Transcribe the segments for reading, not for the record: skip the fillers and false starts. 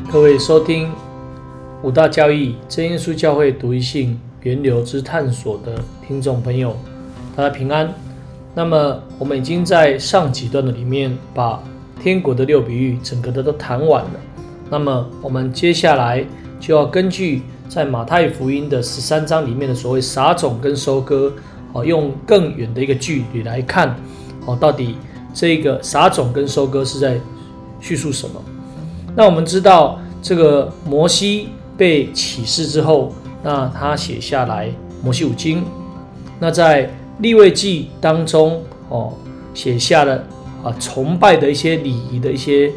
各位收听五大教义真耶稣教会独一性源流之探索的听众朋友，大家平安。那么我们已经在上几段的里面把天国的6比喻整个的都谈完了。那么我们接下来就要根据在马太福音的13章里面的所谓撒种跟收割，用更远的一个距离来看，到底这个撒种跟收割是在叙述什么。那我们知道这个摩西被启示之后，那他写下来摩西五经，那在利未记当中写下了崇拜的一些礼仪的一些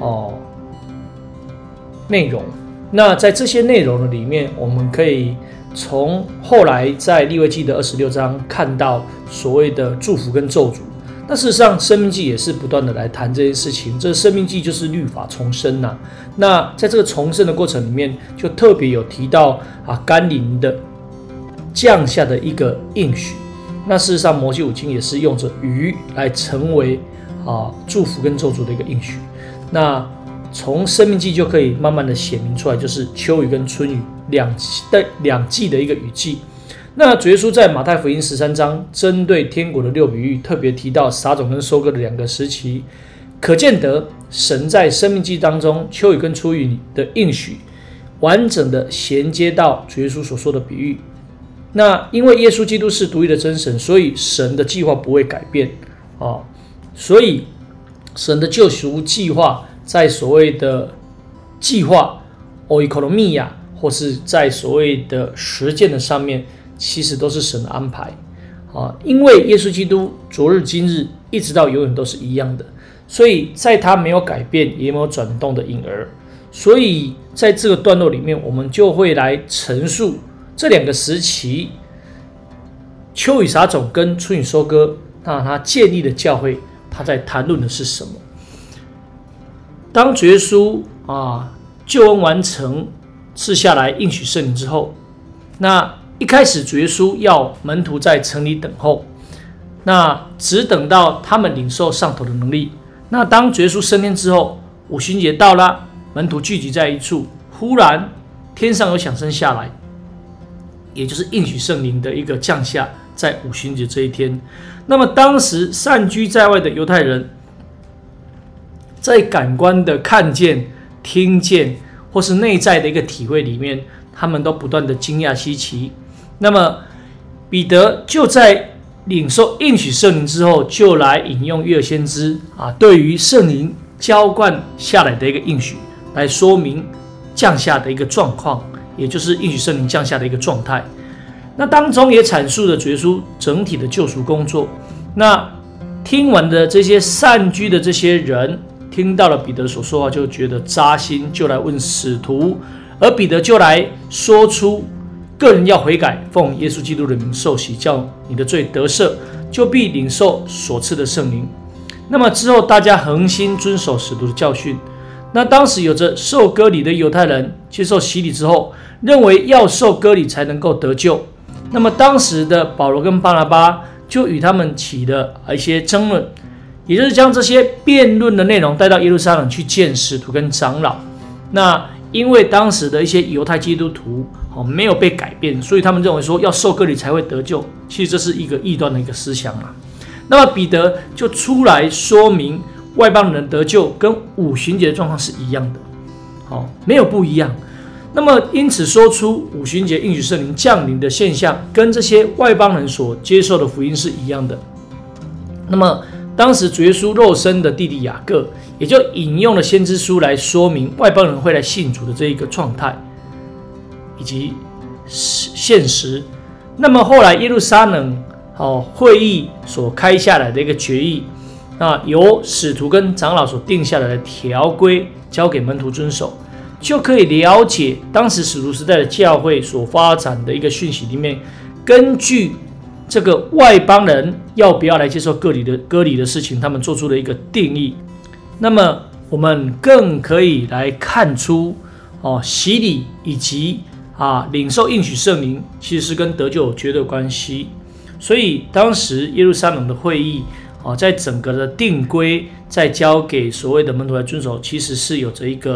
内容。那在这些内容的里面，我们可以从后来在利未记的26章看到所谓的祝福跟咒诅。那事实上申命记也是不断的来谈这件事情，这申命记就是律法重生那在这个重生的过程里面，就特别有提到甘霖的降下的一个应许。那事实上摩西五经也是用着鱼来成为祝福跟咒诅的一个应许。那从申命记就可以慢慢的显明出来，就是秋雨跟春雨两季的一个雨季。那主耶稣在马太福音13章针对天国的6比喻特别提到撒种跟收割的两个时期，可见得神在申命记当中秋雨跟春雨的应许完整的衔接到主耶稣所说的比喻。那因为耶稣基督是独一的真神，所以神的计划不会改变所以神的救赎计划在所谓的计划 oikonomia 或是在所谓的实践的上面，其实都是神的安排因为耶稣基督昨日今日一直到永远都是一样的，所以在他没有改变也没有转动的影儿。所以在这个段落里面，我们就会来陈述这两个时期，秋雨撒种跟春雨收割，那他建立的教会，他在谈论的是什么？当主耶稣救恩完成，赐下来应许圣灵之后，那一开始主耶稣要门徒在城里等候，那只等到他们领受上头的能力。那当主耶稣升天之后，五旬节到了，门徒聚集在一处，忽然天上有响声下来，也就是应许圣灵的一个降下，在五旬节这一天。那么当时散居在外的犹太人，在感官的看见、听见或是内在的一个体会里面，他们都不断的惊讶稀奇。那么彼得就在领受应许圣灵之后，就来引用约珥先知对于圣灵浇灌下来的一个应许，来说明降下的一个状况，也就是应许圣灵降下的一个状态。那当中也阐述了主耶稣整体的救赎工作。那听完的这些散居的这些人，听到了彼得所说话，就觉得扎心，就来问使徒，而彼得就来说出个人要悔改，奉耶稣基督的名受洗，叫你的罪得赦，就必领受所赐的圣灵。那么之后大家恒心遵守使徒的教训。那当时有着受割礼的犹太人接受洗礼之后，认为要受割礼才能够得救。那么当时的保罗跟巴拿巴就与他们起了一些争论，也就是将这些辩论的内容带到耶路撒冷去见使徒跟长老。那因为当时的一些犹太基督徒没有被改变，所以他们认为说要受割礼才会得救，其实这是一个异端的一个思想那么彼得就出来说明外邦人得救跟五旬节的状况是一样的，没有不一样。那么因此说出五旬节应许圣灵降临的现象跟这些外邦人所接受的福音是一样的。那么当时主耶稣肉身的弟弟雅各也就引用了先知书来说明外邦人会来信主的这一个状态以及现实。那么后来耶路撒冷会议所开下来的一个决议，由使徒跟长老所定下来的条规交给门徒遵守，就可以了解当时使徒时代的教会所发展的一个讯息里面，根据这个外邦人要不要来接受割礼的事情，他们做出了一个定义。那么我们更可以来看出洗礼以及领受应许圣灵其实是跟得救有绝对关系。所以当时耶路撒冷的会议在整个的定规再交给所谓的门徒来遵守，其实是有着一个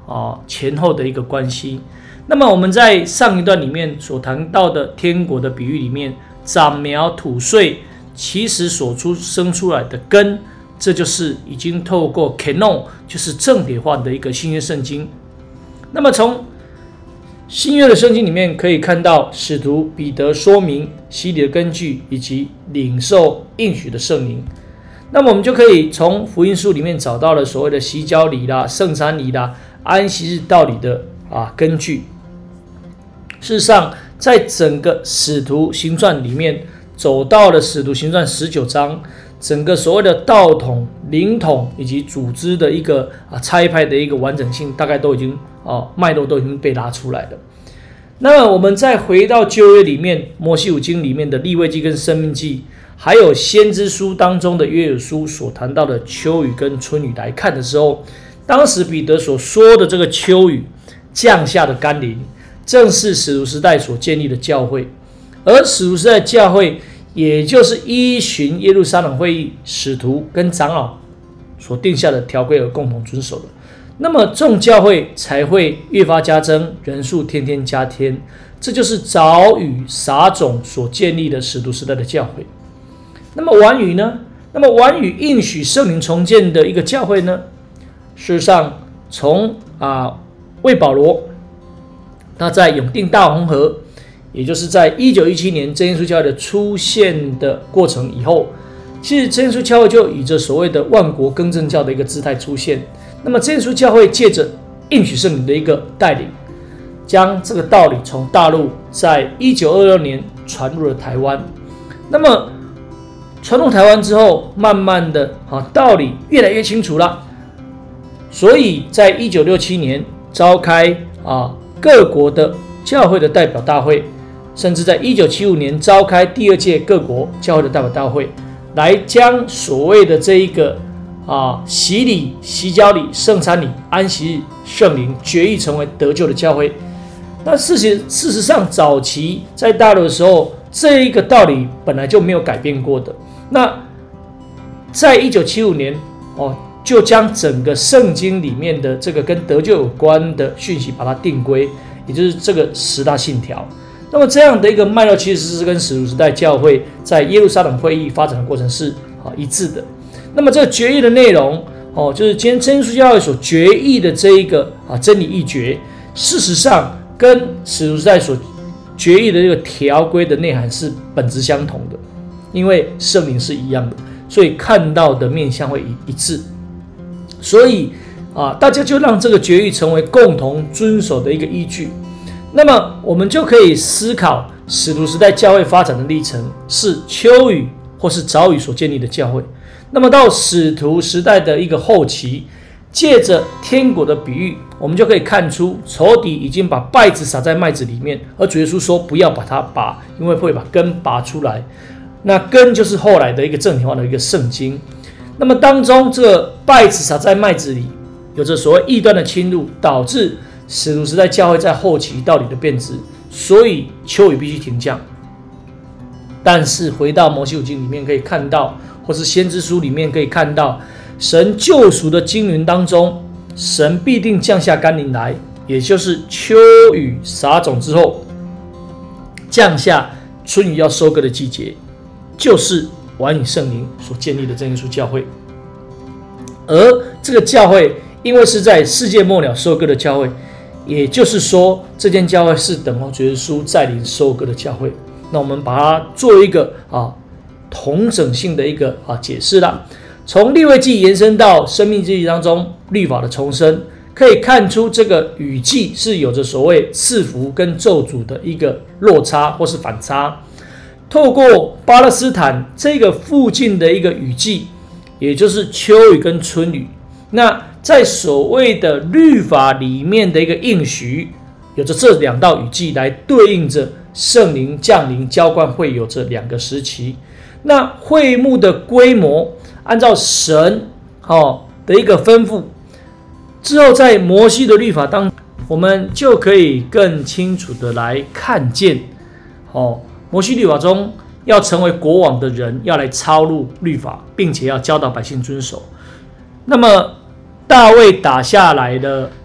前后的一个关系。那么我们在上一段里面所谈到的天国的比喻里面，长苗吐穗，其实所生出来的根，这就是已经透过 canon， 就是正典化的一个新约圣经。那么从新约的圣经里面可以看到，使徒彼得说明洗礼的根据以及领受应许的圣灵。那么我们就可以从福音书里面找到了所谓的洗脚礼啦、圣餐礼啦、安息日道理的根据。事实上，在整个使徒行传里面，走到了使徒行传19章，整个所谓的道统、灵统以及组织的一个差派的一个完整性，大概都已经脉络都已经被拉出来了。那么我们再回到旧约里面，摩西五经里面的利未记跟申命记，还有先知书当中的约珥书所谈到的秋雨跟春雨来看的时候，当时彼得所说的这个秋雨降下的甘霖，正是使徒时代所建立的教会。而使徒时代教会，也就是依循耶路撒冷会议使徒跟长老所定下的条规而共同遵守的。那么众教会才会越发加增，人数天天加添，这就是早雨撒种所建立的使徒时代的教会。那么晚雨呢？那么晚雨应许圣灵重建的一个教会呢？事实上，从魏保罗他在永定大红河，也就是在1917年真耶稣教会的出现的过程以后，其实真耶稣教会就以着所谓的万国更正教的一个姿态出现。那么真耶稣教会借着应许圣灵的一个带领，将这个道理从大陆在1926年传入了台湾。那么传入台湾之后，慢慢的道理越来越清楚了。所以在1967年召开各国的教会的代表大会，甚至在1975年召开第2届各国教会的代表大会，来将所谓的这一个洗礼、洗脚礼、圣餐礼、安息日、圣灵决议成为得救的教会。那事实上，早期在大陆的时候，这一个道理本来就没有改变过的。那在1975年就将整个圣经里面的这个跟得救有关的讯息把它定规，也就是这个10大信条。那么这样的一个脉络其实是跟使徒时代教会在耶路撒冷会议发展的过程是一致的。那么这个决议的内容就是今天真耶稣教会所决议的这一个真理议决，事实上跟使徒时代所决议的这个条规的内涵是本质相同的，因为圣灵是一样的，所以看到的面向会一致。所以大家就让这个决议成为共同遵守的一个依据。那么我们就可以思考使徒时代教会发展的历程是秋雨或是早雨所建立的教会。那么到使徒时代的一个后期，借着天国的比喻，我们就可以看出仇敌已经把稗子撒在麦子里面，而主耶稣说不要把它拔，因为会把根拔出来。那根就是后来的一个正体化的一个圣经。那么当中这个稗子撒在麦子里，有着所谓异端的侵入，导致使徒时代教会在后期道理的变质，所以秋雨必须停降。但是回到摩西五经里面可以看到，或是先知书里面可以看到，神救赎的经纶当中，神必定降下甘霖来，也就是秋雨撒种之后，降下春雨要收割的季节，就是晚雨圣灵所建立的真耶稣教会。而这个教会因为是在世界末了收割的教会，也就是说这间教会是等候主耶稣再临收割的教会。那我们把它做一个同整性的一个解释啦。从利未记延伸到生命记当中律法的重生，可以看出这个雨季是有着所谓赐福跟咒诅的一个落差或是反差。透过巴勒斯坦这个附近的一个雨季，也就是秋雨跟春雨，那在所谓的律法里面的一个应许，有着这2道雨季来对应着圣灵降临浇灌会有着2个时期。那会幕的规模按照神的一个吩咐之后，在摩西的律法当中，我们就可以更清楚的来看见摩西律法中要成为国王的人要来抄录律法，并且要教导百姓遵守。那么大卫打下来的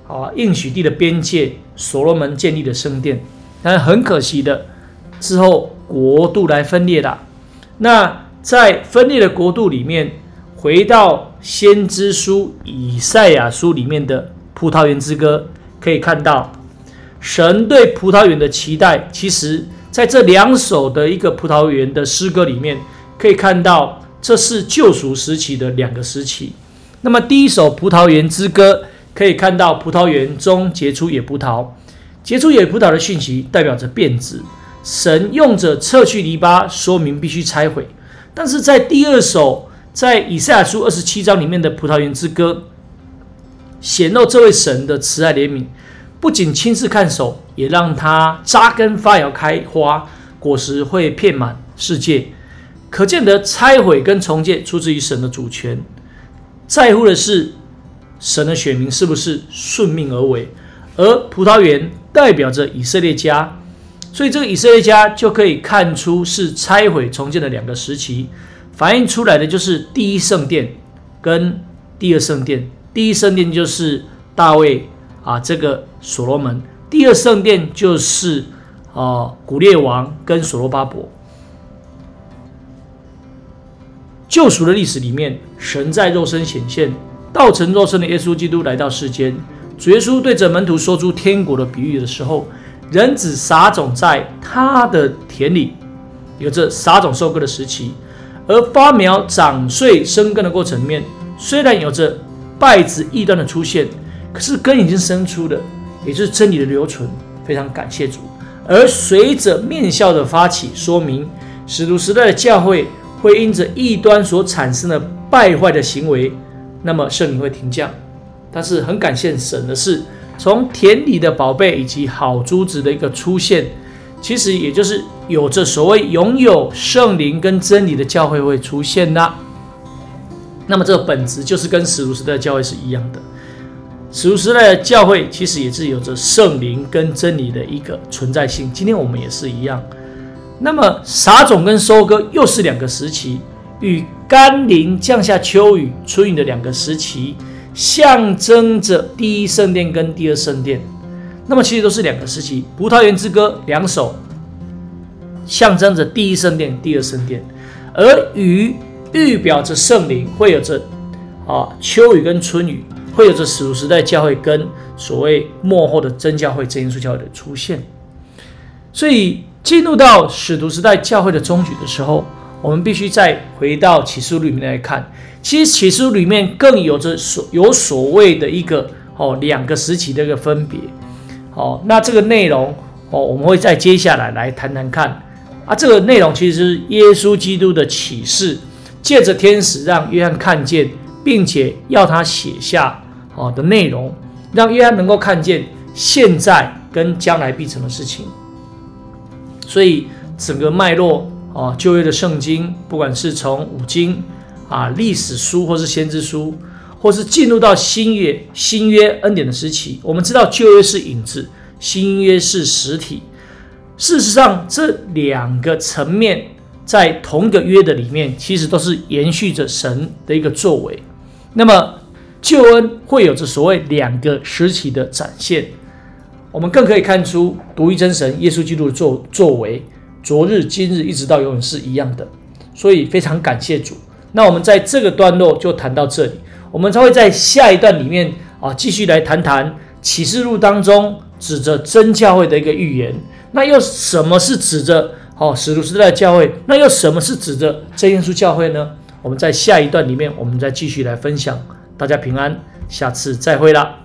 应许地的边界，所罗门建立了圣殿。但很可惜的，之后国度来分裂了。那在分裂的国度里面，回到先知书以赛亚书里面的葡萄园之歌，可以看到神对葡萄园的期待，其实在这2首的一个葡萄园的诗歌里面，可以看到这是救赎时期的2个时期。那么第一首葡萄园之歌，可以看到葡萄园中结出野葡萄，结出野葡萄的讯息代表着变质，神用着撤去篱笆，说明必须拆毁。但是在第2首，在以赛亚书27章里面的葡萄园之歌，显露这位神的慈爱怜悯，不仅亲自看守，也让它扎根发芽开花，果实会遍满世界。可见得拆毁跟重建出自于神的主权，在乎的是神的选民是不是顺命而为，而葡萄园代表着以色列家，所以这个以色列家就可以看出是拆毁重建的2个时期，反映出来的就是第一圣殿跟第二圣殿。第一圣殿就是大卫这个所罗门，第二圣殿就是古列王跟所罗巴伯。救赎的历史里面，神在肉身显现，道成肉身的耶稣基督来到世间。主耶稣对着门徒说出天国的比喻的时候，人子撒种在他的田里，有着撒种收割的时期，而发苗长穗生根的过程里面，虽然有着稗子异端的出现，可是根已经生出了，也就是真理的留存，非常感谢主。而随着面笑的发起，说明使徒时代的教会会因着异端所产生的败坏的行为，那么圣灵会停降。但是很感谢神的是，从田里的宝贝以及好珠子的一个出现，其实也就是有着所谓拥有圣灵跟真理的教会会出现啦。那么这个本质就是跟使徒时代的教会是一样的。使徒时代的教会其实也是有着圣灵跟真理的一个存在性，今天我们也是一样。那么撒种跟收割又是2个时期，与甘霖降下秋雨春雨的2个时期，象征着第一圣殿跟第二圣殿。那么其实都是2个时期。葡萄园之歌2首象征着第一圣殿第二圣殿，而雨预表着圣灵，会有着秋雨跟春雨，会有着使徒时代教会跟所谓末后的真教会真耶稣教会的出现。所以进入到使徒时代教会的终局的时候，我们必须再回到启示录里面来看。其实启示录里面更有着所谓的一个2个时期的一个分别。那这个内容我们会再接下来谈谈看。这个内容其实是耶稣基督的启示，借着天使让约翰看见，并且要他写下的内容，让约翰能够看见现在跟将来必成的事情。所以整个脉络旧约的圣经，不管是从五经历史书，或是先知书，或是进入到新约恩典的时期，我们知道旧约是影子，新约是实体。事实上，这2个层面在同一个约的里面，其实都是延续着神的一个作为。那么救恩会有着所谓2个时期的展现。我们更可以看出独一真神耶稣基督的作为，昨日今日一直到永远是一样的。所以非常感谢主。那我们在这个段落就谈到这里，我们才会在下一段里面继续来谈谈启示录当中指着真教会的一个预言。那又什么是指着使徒时代的教会？那又什么是指着真耶稣教会呢？我们在下一段里面我们再继续来分享。大家平安，下次再会啦。